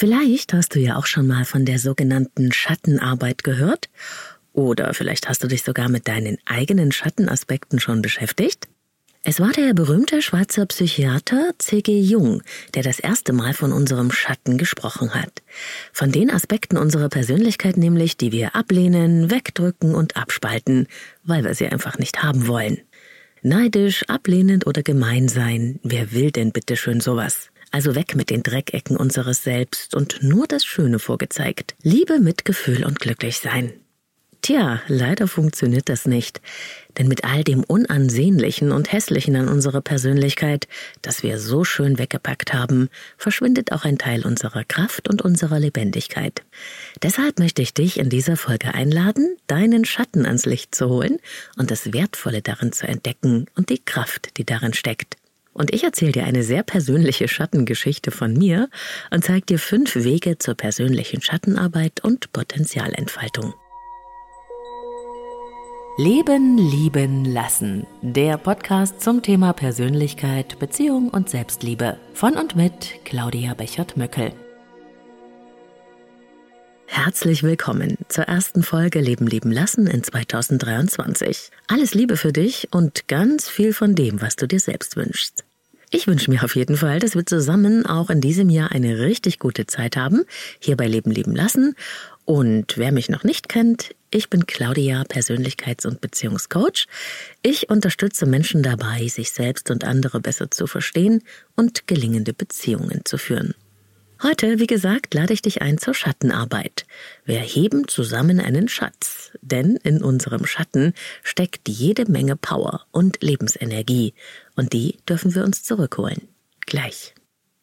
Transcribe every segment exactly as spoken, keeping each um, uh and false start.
Vielleicht hast du ja auch schon mal von der sogenannten Schattenarbeit gehört oder vielleicht hast du dich sogar mit deinen eigenen Schattenaspekten schon beschäftigt. Es war der berühmte Schweizer Psychiater C G Jung, der das erste Mal von unserem Schatten gesprochen hat. Von den Aspekten unserer Persönlichkeit nämlich, die wir ablehnen, wegdrücken und abspalten, weil wir sie einfach nicht haben wollen. Neidisch, ablehnend oder gemein sein, wer will denn bitte schön sowas? Also weg mit den Dreckecken unseres Selbst und nur das Schöne vorgezeigt. Liebe, Mitgefühl und glücklich sein. Tja, leider funktioniert das nicht. Denn mit all dem Unansehnlichen und Hässlichen an unserer Persönlichkeit, das wir so schön weggepackt haben, verschwindet auch ein Teil unserer Kraft und unserer Lebendigkeit. Deshalb möchte ich dich in dieser Folge einladen, deinen Schatten ans Licht zu holen und das Wertvolle darin zu entdecken und die Kraft, die darin steckt. Und ich erzähle dir eine sehr persönliche Schattengeschichte von mir und zeige dir fünf Wege zur persönlichen Schattenarbeit und Potenzialentfaltung. Leben, lieben, lassen. Der Podcast zum Thema Persönlichkeit, Beziehung und Selbstliebe. Von und mit Claudia Bechert-Möckel. Herzlich willkommen zur ersten Folge Leben, lieben, lassen in zweitausenddreiundzwanzig. Alles Liebe für dich und ganz viel von dem, was du dir selbst wünschst. Ich wünsche mir auf jeden Fall, dass wir zusammen auch in diesem Jahr eine richtig gute Zeit haben, hier bei Leben, lieben, lassen. Und wer mich noch nicht kennt, ich bin Claudia, Persönlichkeits- und Beziehungscoach. Ich unterstütze Menschen dabei, sich selbst und andere besser zu verstehen und gelingende Beziehungen zu führen. Heute, wie gesagt, lade ich dich ein zur Schattenarbeit. Wir heben zusammen einen Schatz, denn in unserem Schatten steckt jede Menge Power und Lebensenergie und die dürfen wir uns zurückholen. Gleich.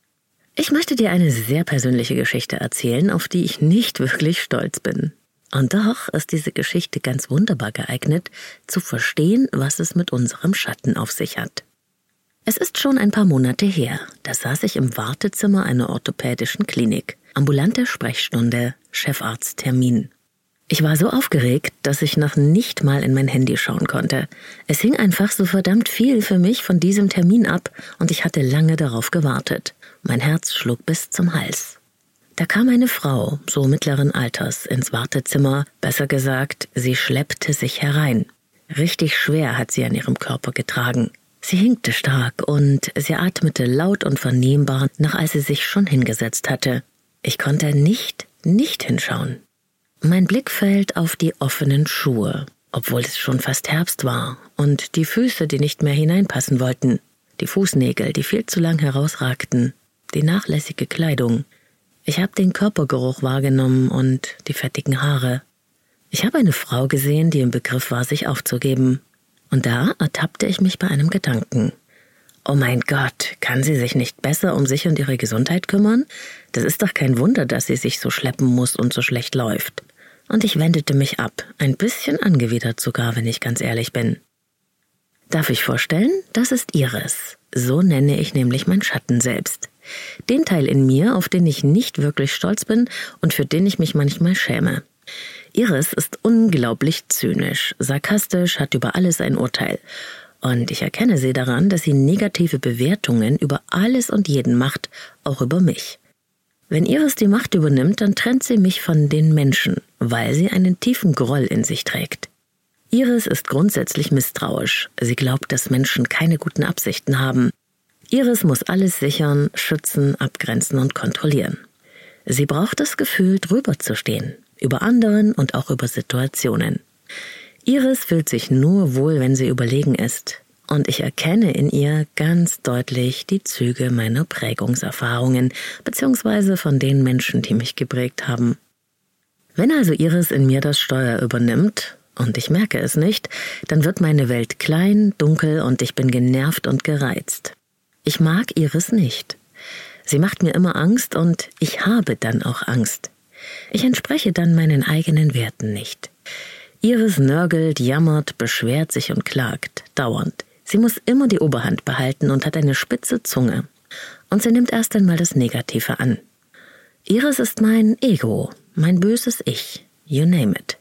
Ich möchte dir eine sehr persönliche Geschichte erzählen, auf die ich nicht wirklich stolz bin. Und doch ist diese Geschichte ganz wunderbar geeignet, zu verstehen, was es mit unserem Schatten auf sich hat. Es ist schon ein paar Monate her, da saß ich im Wartezimmer einer orthopädischen Klinik, ambulante Sprechstunde, Chefarzttermin. Ich war so aufgeregt, dass ich noch nicht mal in mein Handy schauen konnte. Es hing einfach so verdammt viel für mich von diesem Termin ab und ich hatte lange darauf gewartet. Mein Herz schlug bis zum Hals. Da kam eine Frau, so mittleren Alters, ins Wartezimmer, besser gesagt, sie schleppte sich herein. Richtig schwer hat sie an ihrem Körper getragen. Sie hinkte stark und sie atmete laut und vernehmbar, nach als sie sich schon hingesetzt hatte. Ich konnte nicht, nicht hinschauen. Mein Blick fällt auf die offenen Schuhe, obwohl es schon fast Herbst war, und die Füße, die nicht mehr hineinpassen wollten, die Fußnägel, die viel zu lang herausragten, die nachlässige Kleidung. Ich habe den Körpergeruch wahrgenommen und die fettigen Haare. Ich habe eine Frau gesehen, die im Begriff war, sich aufzugeben. Und da ertappte ich mich bei einem Gedanken. Oh mein Gott, kann sie sich nicht besser um sich und ihre Gesundheit kümmern? Das ist doch kein Wunder, dass sie sich so schleppen muss und so schlecht läuft. Und ich wendete mich ab, ein bisschen angewidert sogar, wenn ich ganz ehrlich bin. Darf ich vorstellen? Das ist Iris. So nenne ich nämlich mein Schatten selbst. Den Teil in mir, auf den ich nicht wirklich stolz bin und für den ich mich manchmal schäme. Iris ist unglaublich zynisch, sarkastisch, hat über alles ein Urteil. Und ich erkenne sie daran, dass sie negative Bewertungen über alles und jeden macht, auch über mich. Wenn Iris die Macht übernimmt, dann trennt sie mich von den Menschen, weil sie einen tiefen Groll in sich trägt. Iris ist grundsätzlich misstrauisch. Sie glaubt, dass Menschen keine guten Absichten haben. Iris muss alles sichern, schützen, abgrenzen und kontrollieren. Sie braucht das Gefühl, drüber zu stehen. Über anderen und auch über Situationen. Iris fühlt sich nur wohl, wenn sie überlegen ist. Und ich erkenne in ihr ganz deutlich die Züge meiner Prägungserfahrungen, beziehungsweise von den Menschen, die mich geprägt haben. Wenn also Iris in mir das Steuer übernimmt, und ich merke es nicht, dann wird meine Welt klein, dunkel und ich bin genervt und gereizt. Ich mag Iris nicht. Sie macht mir immer Angst und ich habe dann auch Angst. Ich entspreche dann meinen eigenen Werten nicht. Iris nörgelt, jammert, beschwert sich und klagt, dauernd. Sie muss immer die Oberhand behalten und hat eine spitze Zunge. Und sie nimmt erst einmal das Negative an. Iris ist mein Ego, mein böses Ich, you name it.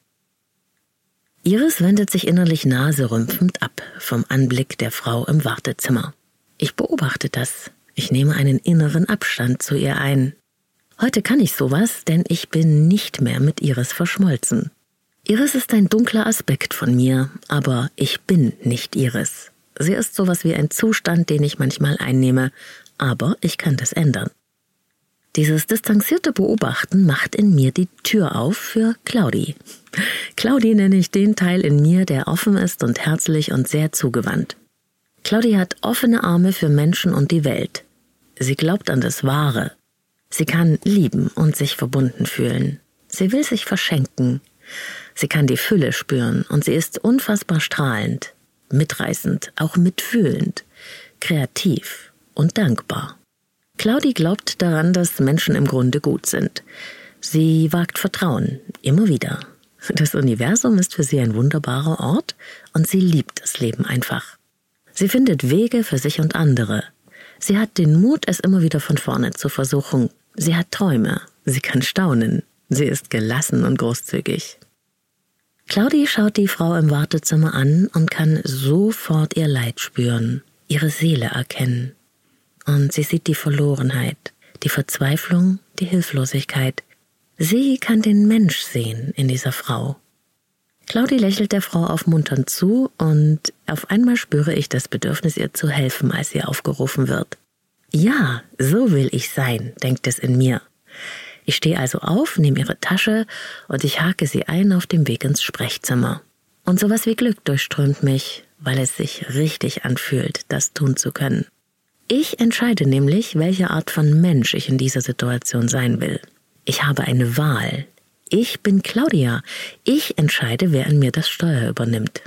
Iris wendet sich innerlich naserümpfend ab vom Anblick der Frau im Wartezimmer. Ich beobachte das. Ich nehme einen inneren Abstand zu ihr ein. Heute kann ich sowas, denn ich bin nicht mehr mit Iris verschmolzen. Iris ist ein dunkler Aspekt von mir, aber ich bin nicht Iris. Sie ist sowas wie ein Zustand, den ich manchmal einnehme, aber ich kann das ändern. Dieses distanzierte Beobachten macht in mir die Tür auf für Claudi. Claudi nenne ich den Teil in mir, der offen ist und herzlich und sehr zugewandt. Claudi hat offene Arme für Menschen und die Welt. Sie glaubt an das Wahre. Sie kann lieben und sich verbunden fühlen. Sie will sich verschenken. Sie kann die Fülle spüren und sie ist unfassbar strahlend, mitreißend, auch mitfühlend, kreativ und dankbar. Claudi glaubt daran, dass Menschen im Grunde gut sind. Sie wagt Vertrauen, immer wieder. Das Universum ist für sie ein wunderbarer Ort und sie liebt das Leben einfach. Sie findet Wege für sich und andere. Sie hat den Mut, es immer wieder von vorne zu versuchen. Sie hat Träume, sie kann staunen. Sie ist gelassen und großzügig. Claudi schaut die Frau im Wartezimmer an und kann sofort ihr Leid spüren, ihre Seele erkennen. Und sie sieht die Verlorenheit, die Verzweiflung, die Hilflosigkeit. Sie kann den Mensch sehen in dieser Frau. Claudi lächelt der Frau aufmunternd zu und auf einmal spüre ich das Bedürfnis, ihr zu helfen, als sie aufgerufen wird. Ja, so will ich sein, denkt es in mir. Ich stehe also auf, nehme ihre Tasche und ich hake sie ein auf dem Weg ins Sprechzimmer. Und sowas wie Glück durchströmt mich, weil es sich richtig anfühlt, das tun zu können. Ich entscheide nämlich, welche Art von Mensch ich in dieser Situation sein will. Ich habe eine Wahl. Ich bin Claudia. Ich entscheide, wer in mir das Steuer übernimmt.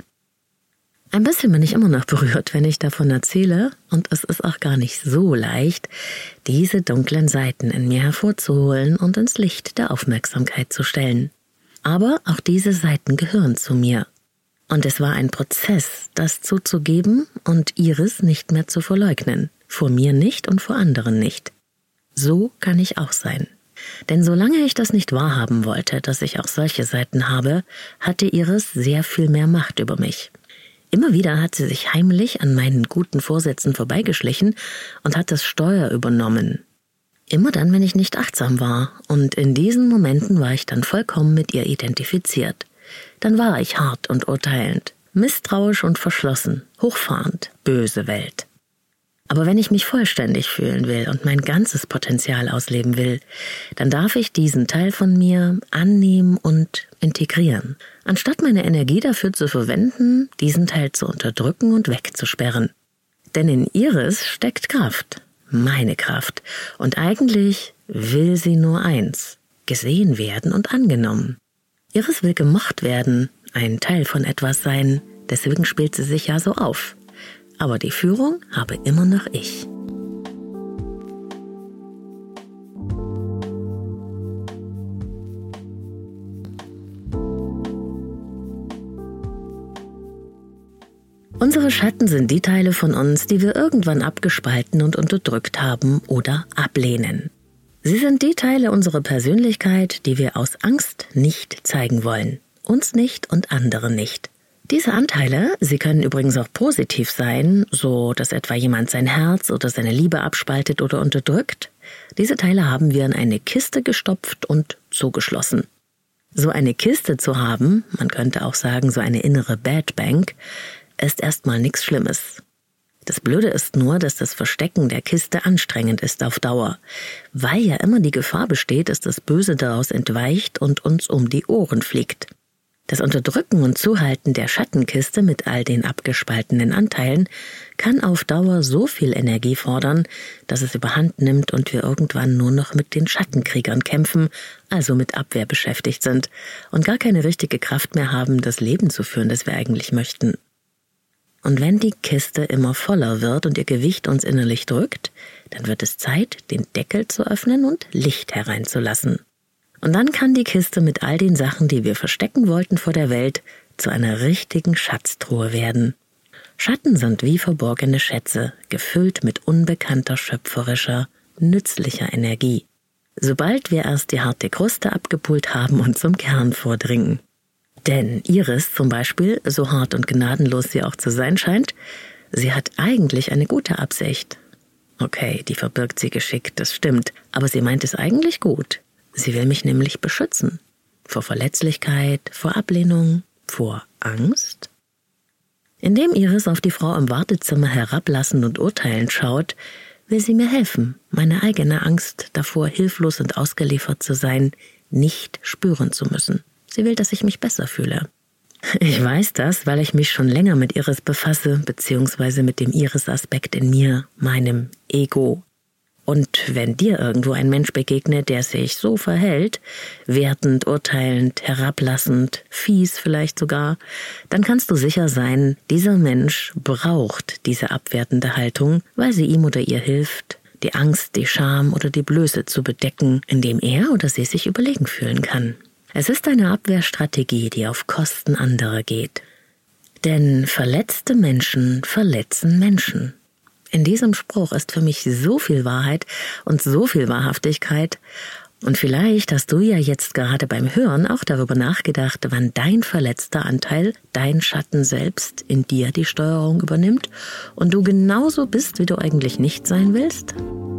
Ein bisschen bin ich immer noch berührt, wenn ich davon erzähle, und es ist auch gar nicht so leicht, diese dunklen Seiten in mir hervorzuholen und ins Licht der Aufmerksamkeit zu stellen. Aber auch diese Seiten gehören zu mir. Und es war ein Prozess, das zuzugeben und Iris nicht mehr zu verleugnen. Vor mir nicht und vor anderen nicht. So kann ich auch sein. Denn solange ich das nicht wahrhaben wollte, dass ich auch solche Seiten habe, hatte Iris sehr viel mehr Macht über mich. Immer wieder hat sie sich heimlich an meinen guten Vorsätzen vorbeigeschlichen und hat das Steuer übernommen. Immer dann, wenn ich nicht achtsam war, und in diesen Momenten war ich dann vollkommen mit ihr identifiziert. Dann war ich hart und urteilend, misstrauisch und verschlossen, hochfahrend, böse Welt. Aber wenn ich mich vollständig fühlen will und mein ganzes Potenzial ausleben will, dann darf ich diesen Teil von mir annehmen und integrieren, anstatt meine Energie dafür zu verwenden, diesen Teil zu unterdrücken und wegzusperren. Denn in Iris steckt Kraft, meine Kraft, und eigentlich will sie nur eins, gesehen werden und angenommen. Iris will gemocht werden, ein Teil von etwas sein, deswegen spielt sie sich ja so auf. Aber die Führung habe immer noch ich. Unsere Schatten sind die Teile von uns, die wir irgendwann abgespalten und unterdrückt haben oder ablehnen. Sie sind die Teile unserer Persönlichkeit, die wir aus Angst nicht zeigen wollen. Uns nicht und andere nicht. Diese Anteile, sie können übrigens auch positiv sein, so dass etwa jemand sein Herz oder seine Liebe abspaltet oder unterdrückt. Diese Teile haben wir in eine Kiste gestopft und zugeschlossen. So eine Kiste zu haben, man könnte auch sagen so eine innere Bad Bank, ist erstmal nichts Schlimmes. Das Blöde ist nur, dass das Verstecken der Kiste anstrengend ist auf Dauer, weil ja immer die Gefahr besteht, dass das Böse daraus entweicht und uns um die Ohren fliegt. Das Unterdrücken und Zuhalten der Schattenkiste mit all den abgespaltenen Anteilen kann auf Dauer so viel Energie fordern, dass es überhand nimmt und wir irgendwann nur noch mit den Schattenkriegern kämpfen, also mit Abwehr beschäftigt sind und gar keine richtige Kraft mehr haben, das Leben zu führen, das wir eigentlich möchten. Und wenn die Kiste immer voller wird und ihr Gewicht uns innerlich drückt, dann wird es Zeit, den Deckel zu öffnen und Licht hereinzulassen. Und dann kann die Kiste mit all den Sachen, die wir verstecken wollten vor der Welt, zu einer richtigen Schatztruhe werden. Schatten sind wie verborgene Schätze, gefüllt mit unbekannter, schöpferischer, nützlicher Energie. Sobald wir erst die harte Kruste abgepult haben und zum Kern vordringen. Denn Iris zum Beispiel, so hart und gnadenlos sie auch zu sein scheint, sie hat eigentlich eine gute Absicht. Okay, die verbirgt sie geschickt, das stimmt. Aber sie meint es eigentlich gut. Sie will mich nämlich beschützen. Vor Verletzlichkeit, vor Ablehnung, vor Angst. Indem Iris auf die Frau im Wartezimmer herablassend und urteilend schaut, will sie mir helfen, meine eigene Angst davor, hilflos und ausgeliefert zu sein, nicht spüren zu müssen. Sie will, dass ich mich besser fühle. Ich weiß das, weil ich mich schon länger mit Iris befasse, beziehungsweise mit dem Iris-Aspekt in mir, meinem Ego. Und wenn dir irgendwo ein Mensch begegnet, der sich so verhält, wertend, urteilend, herablassend, fies vielleicht sogar, dann kannst du sicher sein, dieser Mensch braucht diese abwertende Haltung, weil sie ihm oder ihr hilft, die Angst, die Scham oder die Blöße zu bedecken, indem er oder sie sich überlegen fühlen kann. Es ist eine Abwehrstrategie, die auf Kosten anderer geht. Denn verletzte Menschen verletzen Menschen. In diesem Spruch ist für mich so viel Wahrheit und so viel Wahrhaftigkeit. Und vielleicht hast du ja jetzt gerade beim Hören auch darüber nachgedacht, wann dein verletzter Anteil, dein Schatten selbst in dir die Steuerung übernimmt und du genauso bist, wie du eigentlich nicht sein willst.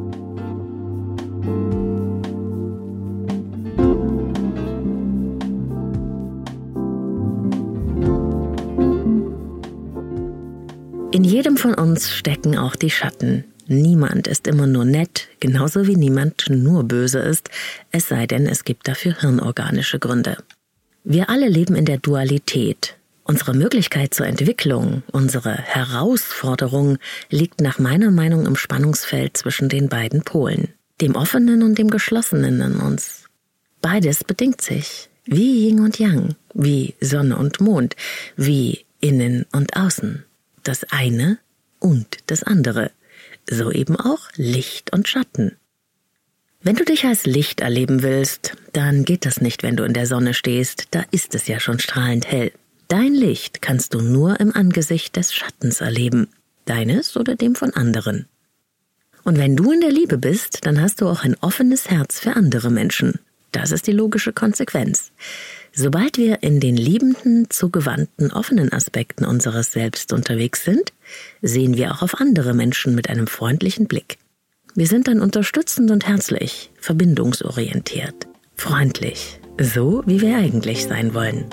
In jedem von uns stecken auch die Schatten. Niemand ist immer nur nett, genauso wie niemand nur böse ist, es sei denn, es gibt dafür hirnorganische Gründe. Wir alle leben in der Dualität. Unsere Möglichkeit zur Entwicklung, unsere Herausforderung liegt nach meiner Meinung im Spannungsfeld zwischen den beiden Polen, dem Offenen und dem Geschlossenen in uns. Beides bedingt sich, wie Yin und Yang, wie Sonne und Mond, wie Innen und Außen. Das eine und das andere. So eben auch Licht und Schatten. Wenn du dich als Licht erleben willst, dann geht das nicht, wenn du in der Sonne stehst, da ist es ja schon strahlend hell. Dein Licht kannst du nur im Angesicht des Schattens erleben, deines oder dem von anderen. Und wenn du in der Liebe bist, dann hast du auch ein offenes Herz für andere Menschen. Das ist die logische Konsequenz. Sobald wir in den liebenden, zugewandten, offenen Aspekten unseres Selbst unterwegs sind, sehen wir auch auf andere Menschen mit einem freundlichen Blick. Wir sind dann unterstützend und herzlich, verbindungsorientiert, freundlich, so wie wir eigentlich sein wollen.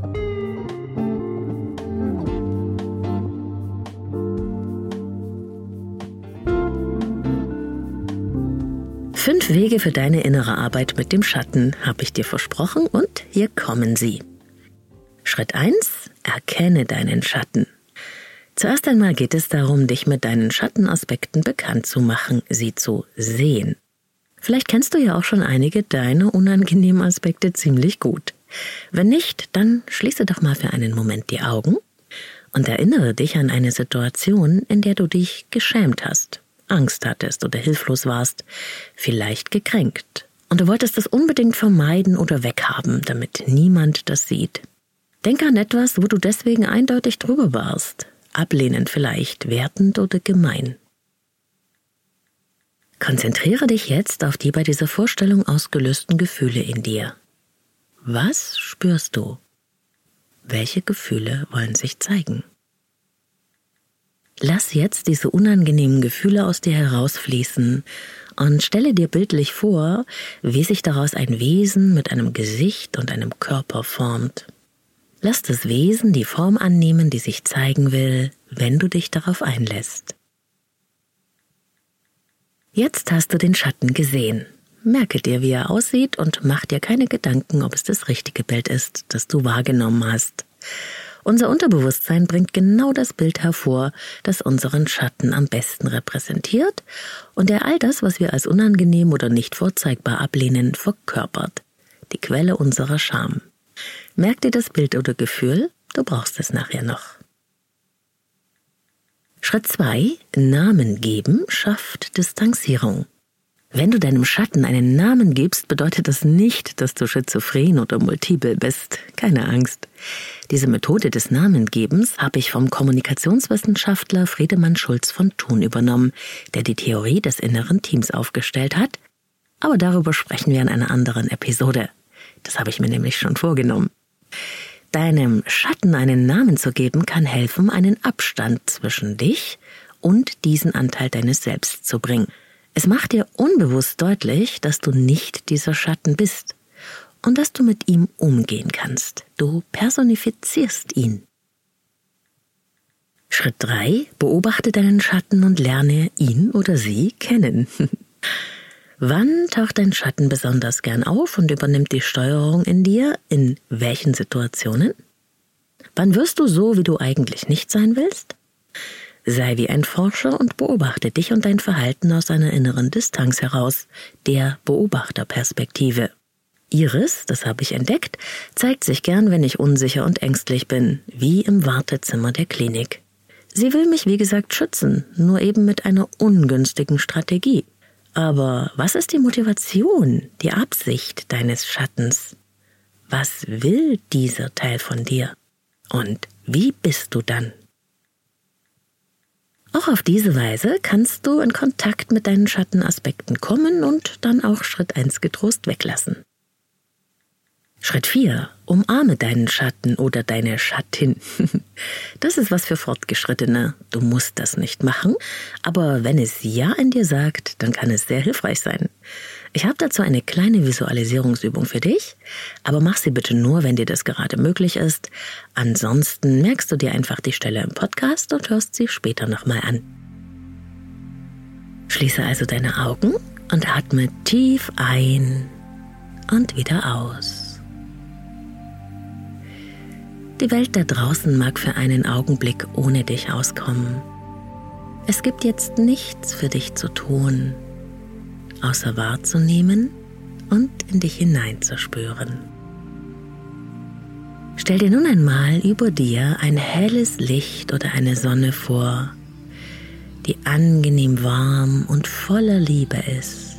Fünf Wege für deine innere Arbeit mit dem Schatten habe ich dir versprochen und hier kommen sie. Schritt eins: Erkenne deinen Schatten. Zuerst einmal geht es darum, dich mit deinen Schattenaspekten bekannt zu machen, sie zu sehen. Vielleicht kennst du ja auch schon einige deiner unangenehmen Aspekte ziemlich gut. Wenn nicht, dann schließe doch mal für einen Moment die Augen und erinnere dich an eine Situation, in der du dich geschämt hast, Angst hattest oder hilflos warst, vielleicht gekränkt. Und du wolltest es unbedingt vermeiden oder weghaben, damit niemand das sieht. Denk an etwas, wo du deswegen eindeutig drüber warst. Ablehnend vielleicht, wertend oder gemein. Konzentriere dich jetzt auf die bei dieser Vorstellung ausgelösten Gefühle in dir. Was spürst du? Welche Gefühle wollen sich zeigen? Lass jetzt diese unangenehmen Gefühle aus dir herausfließen und stelle dir bildlich vor, wie sich daraus ein Wesen mit einem Gesicht und einem Körper formt. Lass das Wesen die Form annehmen, die sich zeigen will, wenn du dich darauf einlässt. Jetzt hast du den Schatten gesehen. Merke dir, wie er aussieht und mach dir keine Gedanken, ob es das richtige Bild ist, das du wahrgenommen hast. Unser Unterbewusstsein bringt genau das Bild hervor, das unseren Schatten am besten repräsentiert und der all das, was wir als unangenehm oder nicht vorzeigbar ablehnen, verkörpert. Die Quelle unserer Scham. Merk dir das Bild oder Gefühl, du brauchst es nachher noch. Schritt zwei: Namen geben schafft Distanzierung. Wenn du deinem Schatten einen Namen gibst, bedeutet das nicht, dass du schizophren oder multiple bist. Keine Angst. Diese Methode des Namengebens habe ich vom Kommunikationswissenschaftler Friedemann Schulz von Thun übernommen, der die Theorie des inneren Teams aufgestellt hat. Aber darüber sprechen wir in einer anderen Episode. Das habe ich mir nämlich schon vorgenommen. Deinem Schatten einen Namen zu geben, kann helfen, einen Abstand zwischen dich und diesen Anteil deines Selbst zu bringen. Es macht dir unbewusst deutlich, dass du nicht dieser Schatten bist und dass du mit ihm umgehen kannst. Du personifizierst ihn. Schritt drei. Beobachte deinen Schatten und lerne ihn oder sie kennen. Wann taucht dein Schatten besonders gern auf und übernimmt die Steuerung in dir? In welchen Situationen? Wann wirst du so, wie du eigentlich nicht sein willst? Sei wie ein Forscher und beobachte dich und dein Verhalten aus einer inneren Distanz heraus, der Beobachterperspektive. Iris, das habe ich entdeckt, zeigt sich gern, wenn ich unsicher und ängstlich bin, wie im Wartezimmer der Klinik. Sie will mich, wie gesagt, schützen, nur eben mit einer ungünstigen Strategie. Aber was ist die Motivation, die Absicht deines Schattens? Was will dieser Teil von dir? Und wie bist du dann? Auch auf diese Weise kannst du in Kontakt mit deinen Schattenaspekten kommen und dann auch Schritt eins getrost weglassen. Schritt vier. Umarme deinen Schatten oder deine Schattin. Das ist was für Fortgeschrittene. Du musst das nicht machen, aber wenn es Ja in dir sagt, dann kann es sehr hilfreich sein. Ich habe dazu eine kleine Visualisierungsübung für dich, aber mach sie bitte nur, wenn dir das gerade möglich ist. Ansonsten merkst du dir einfach die Stelle im Podcast und hörst sie später nochmal an. Schließe also deine Augen und atme tief ein und wieder aus. Die Welt da draußen mag für einen Augenblick ohne dich auskommen. Es gibt jetzt nichts für dich zu tun, außer wahrzunehmen und in dich hineinzuspüren. Stell dir nun einmal über dir ein helles Licht oder eine Sonne vor, die angenehm warm und voller Liebe ist.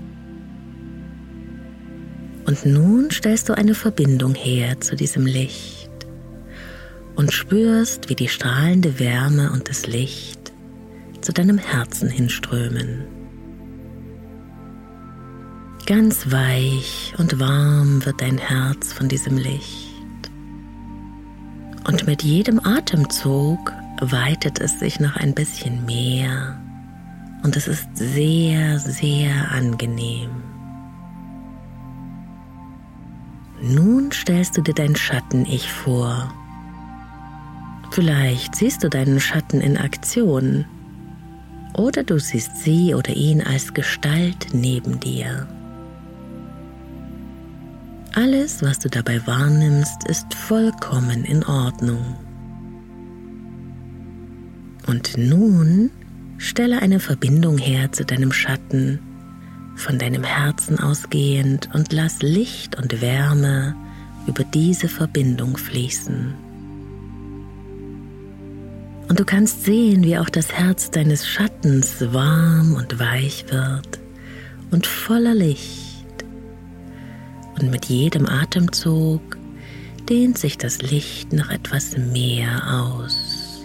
Und nun stellst du eine Verbindung her zu diesem Licht und spürst, wie die strahlende Wärme und das Licht zu deinem Herzen hinströmen. Ganz weich und warm wird dein Herz von diesem Licht. Und mit jedem Atemzug weitet es sich noch ein bisschen mehr und es ist sehr, sehr angenehm. Nun stellst du dir dein Schatten-Ich vor. Vielleicht siehst du deinen Schatten in Aktion oder du siehst sie oder ihn als Gestalt neben dir. Alles, was du dabei wahrnimmst, ist vollkommen in Ordnung. Und nun stelle eine Verbindung her zu deinem Schatten, von deinem Herzen ausgehend, und lass Licht und Wärme über diese Verbindung fließen. Und du kannst sehen, wie auch das Herz deines Schattens warm und weich wird und voller Licht. Und mit jedem Atemzug dehnt sich das Licht noch etwas mehr aus.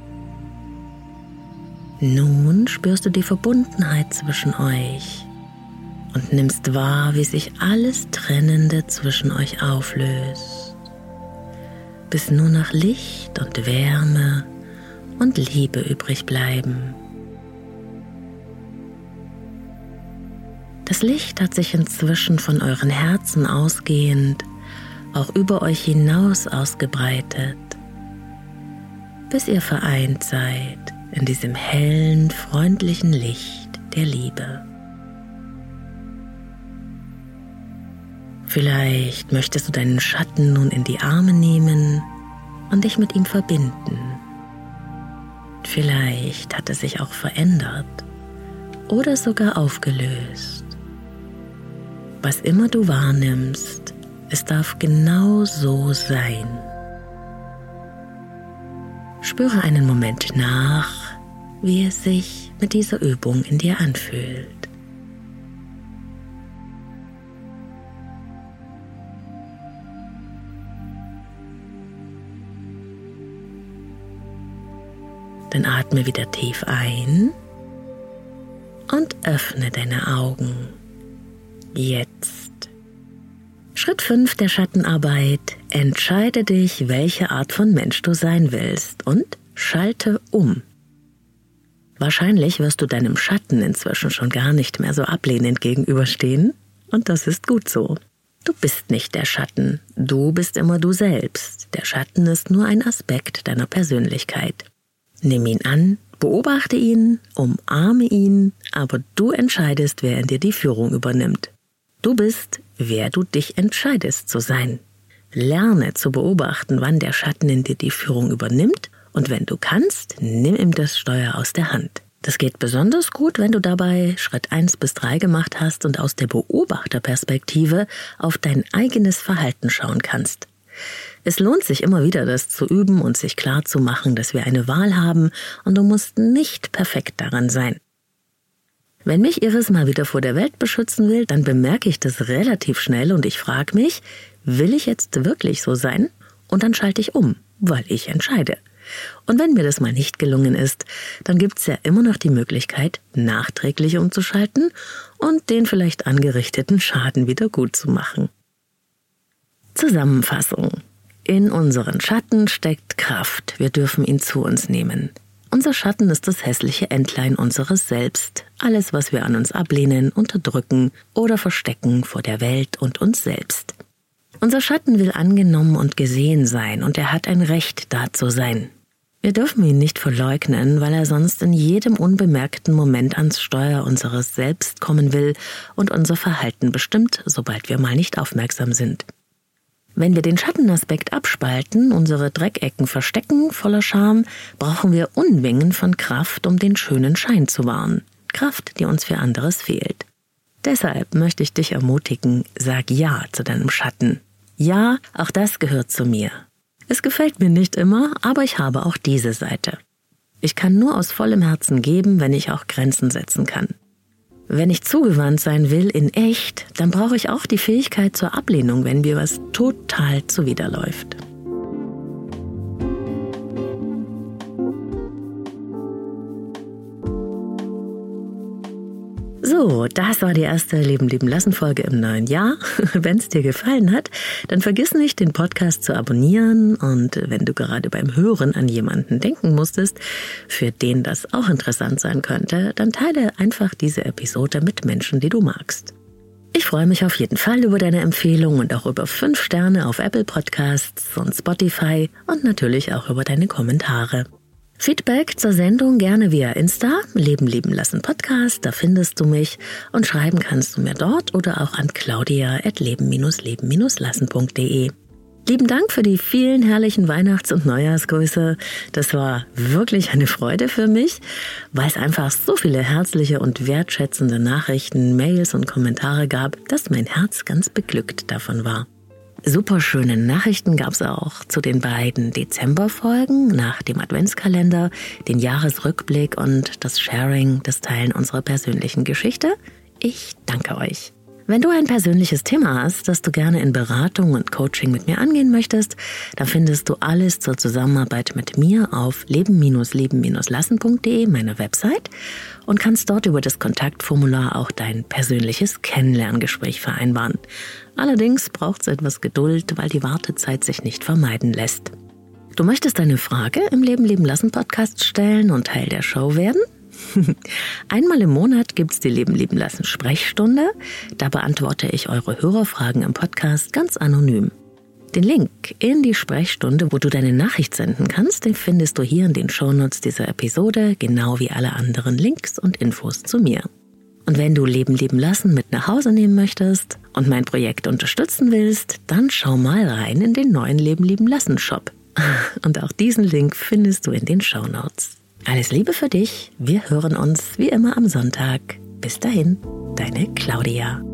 Nun spürst du die Verbundenheit zwischen euch und nimmst wahr, wie sich alles Trennende zwischen euch auflöst, bis nur noch Licht und Wärme und Liebe übrig bleiben. Das Licht hat sich inzwischen von euren Herzen ausgehend auch über euch hinaus ausgebreitet, bis ihr vereint seid in diesem hellen, freundlichen Licht der Liebe. Vielleicht möchtest du deinen Schatten nun in die Arme nehmen und dich mit ihm verbinden. Vielleicht hat er sich auch verändert oder sogar aufgelöst. Was immer du wahrnimmst, es darf genau so sein. Spüre einen Moment nach, wie es sich mit dieser Übung in dir anfühlt. Dann atme wieder tief ein und öffne deine Augen. Jetzt. Schritt fünf der Schattenarbeit. Entscheide dich, welche Art von Mensch du sein willst und schalte um. Wahrscheinlich wirst du deinem Schatten inzwischen schon gar nicht mehr so ablehnend gegenüberstehen. Und das ist gut so. Du bist nicht der Schatten. Du bist immer du selbst. Der Schatten ist nur ein Aspekt deiner Persönlichkeit. Nimm ihn an, beobachte ihn, umarme ihn, aber du entscheidest, wer in dir die Führung übernimmt. Du bist, wer du dich entscheidest zu sein. Lerne zu beobachten, wann der Schatten in dir die Führung übernimmt, und wenn du kannst, nimm ihm das Steuer aus der Hand. Das geht besonders gut, wenn du dabei Schritt eins bis drei gemacht hast und aus der Beobachterperspektive auf dein eigenes Verhalten schauen kannst. Es lohnt sich immer wieder, das zu üben und sich klar zu machen, dass wir eine Wahl haben und du musst nicht perfekt daran sein. Wenn mich Iris mal wieder vor der Welt beschützen will, dann bemerke ich das relativ schnell und ich frage mich, will ich jetzt wirklich so sein? Und dann schalte ich um, weil ich entscheide. Und wenn mir das mal nicht gelungen ist, dann gibt's ja immer noch die Möglichkeit, nachträglich umzuschalten und den vielleicht angerichteten Schaden wieder gut zu machen. Zusammenfassung. In unseren Schatten steckt Kraft. Wir dürfen ihn zu uns nehmen. Unser Schatten ist das hässliche Entlein unseres Selbst. Alles, was wir an uns ablehnen, unterdrücken oder verstecken vor der Welt und uns selbst. Unser Schatten will angenommen und gesehen sein und er hat ein Recht, da zu sein. Wir dürfen ihn nicht verleugnen, weil er sonst in jedem unbemerkten Moment ans Steuer unseres Selbst kommen will und unser Verhalten bestimmt, sobald wir mal nicht aufmerksam sind. Wenn wir den Schattenaspekt abspalten, unsere Dreckecken verstecken voller Scham, brauchen wir Unmengen von Kraft, um den schönen Schein zu wahren. Kraft, die uns für anderes fehlt. Deshalb möchte ich dich ermutigen, sag Ja zu deinem Schatten. Ja, auch das gehört zu mir. Es gefällt mir nicht immer, aber ich habe auch diese Seite. Ich kann nur aus vollem Herzen geben, wenn ich auch Grenzen setzen kann. Wenn ich zugewandt sein will in echt, dann brauche ich auch die Fähigkeit zur Ablehnung, wenn mir was total zuwiderläuft. So, das war die erste Leben leben lassen Folge im neuen Jahr. Wenn es dir gefallen hat, dann vergiss nicht, den Podcast zu abonnieren und wenn du gerade beim Hören an jemanden denken musstest, für den das auch interessant sein könnte, dann teile einfach diese Episode mit Menschen, die du magst. Ich freue mich auf jeden Fall über deine Empfehlung und auch über fünf Sterne auf Apple Podcasts und Spotify und natürlich auch über deine Kommentare. Feedback zur Sendung gerne via Insta, Leben leben lassen Podcast, da findest du mich und schreiben kannst du mir dort oder auch an claudia at leben leben lassen punkt de. Lieben Dank für die vielen herrlichen Weihnachts- und Neujahrsgrüße. Das war wirklich eine Freude für mich, weil es einfach so viele herzliche und wertschätzende Nachrichten, Mails und Kommentare gab, dass mein Herz ganz beglückt davon war. Superschöne Nachrichten gab es auch zu den beiden Dezemberfolgen nach dem Adventskalender, den Jahresrückblick und das Sharing, das Teilen unserer persönlichen Geschichte. Ich danke euch. Wenn du ein persönliches Thema hast, das du gerne in Beratung und Coaching mit mir angehen möchtest, dann findest du alles zur Zusammenarbeit mit mir auf leben leben lassen punkt de, meiner Website, und kannst dort über das Kontaktformular auch dein persönliches Kennenlerngespräch vereinbaren. Allerdings braucht es etwas Geduld, weil die Wartezeit sich nicht vermeiden lässt. Du möchtest eine Frage im Leben leben lassen Podcast stellen und Teil der Show werden? Einmal im Monat gibt's die Leben leben lassen Sprechstunde. Da beantworte ich eure Hörerfragen im Podcast ganz anonym. Den Link in die Sprechstunde, wo du deine Nachricht senden kannst, den findest du hier in den Shownotes dieser Episode, genau wie alle anderen Links und Infos zu mir. Und wenn du Leben leben lassen mit nach Hause nehmen möchtest und mein Projekt unterstützen willst, dann schau mal rein in den neuen Leben leben lassen Shop. Und auch diesen Link findest du in den Shownotes. Alles Liebe für dich, wir hören uns wie immer am Sonntag. Bis dahin, deine Claudia.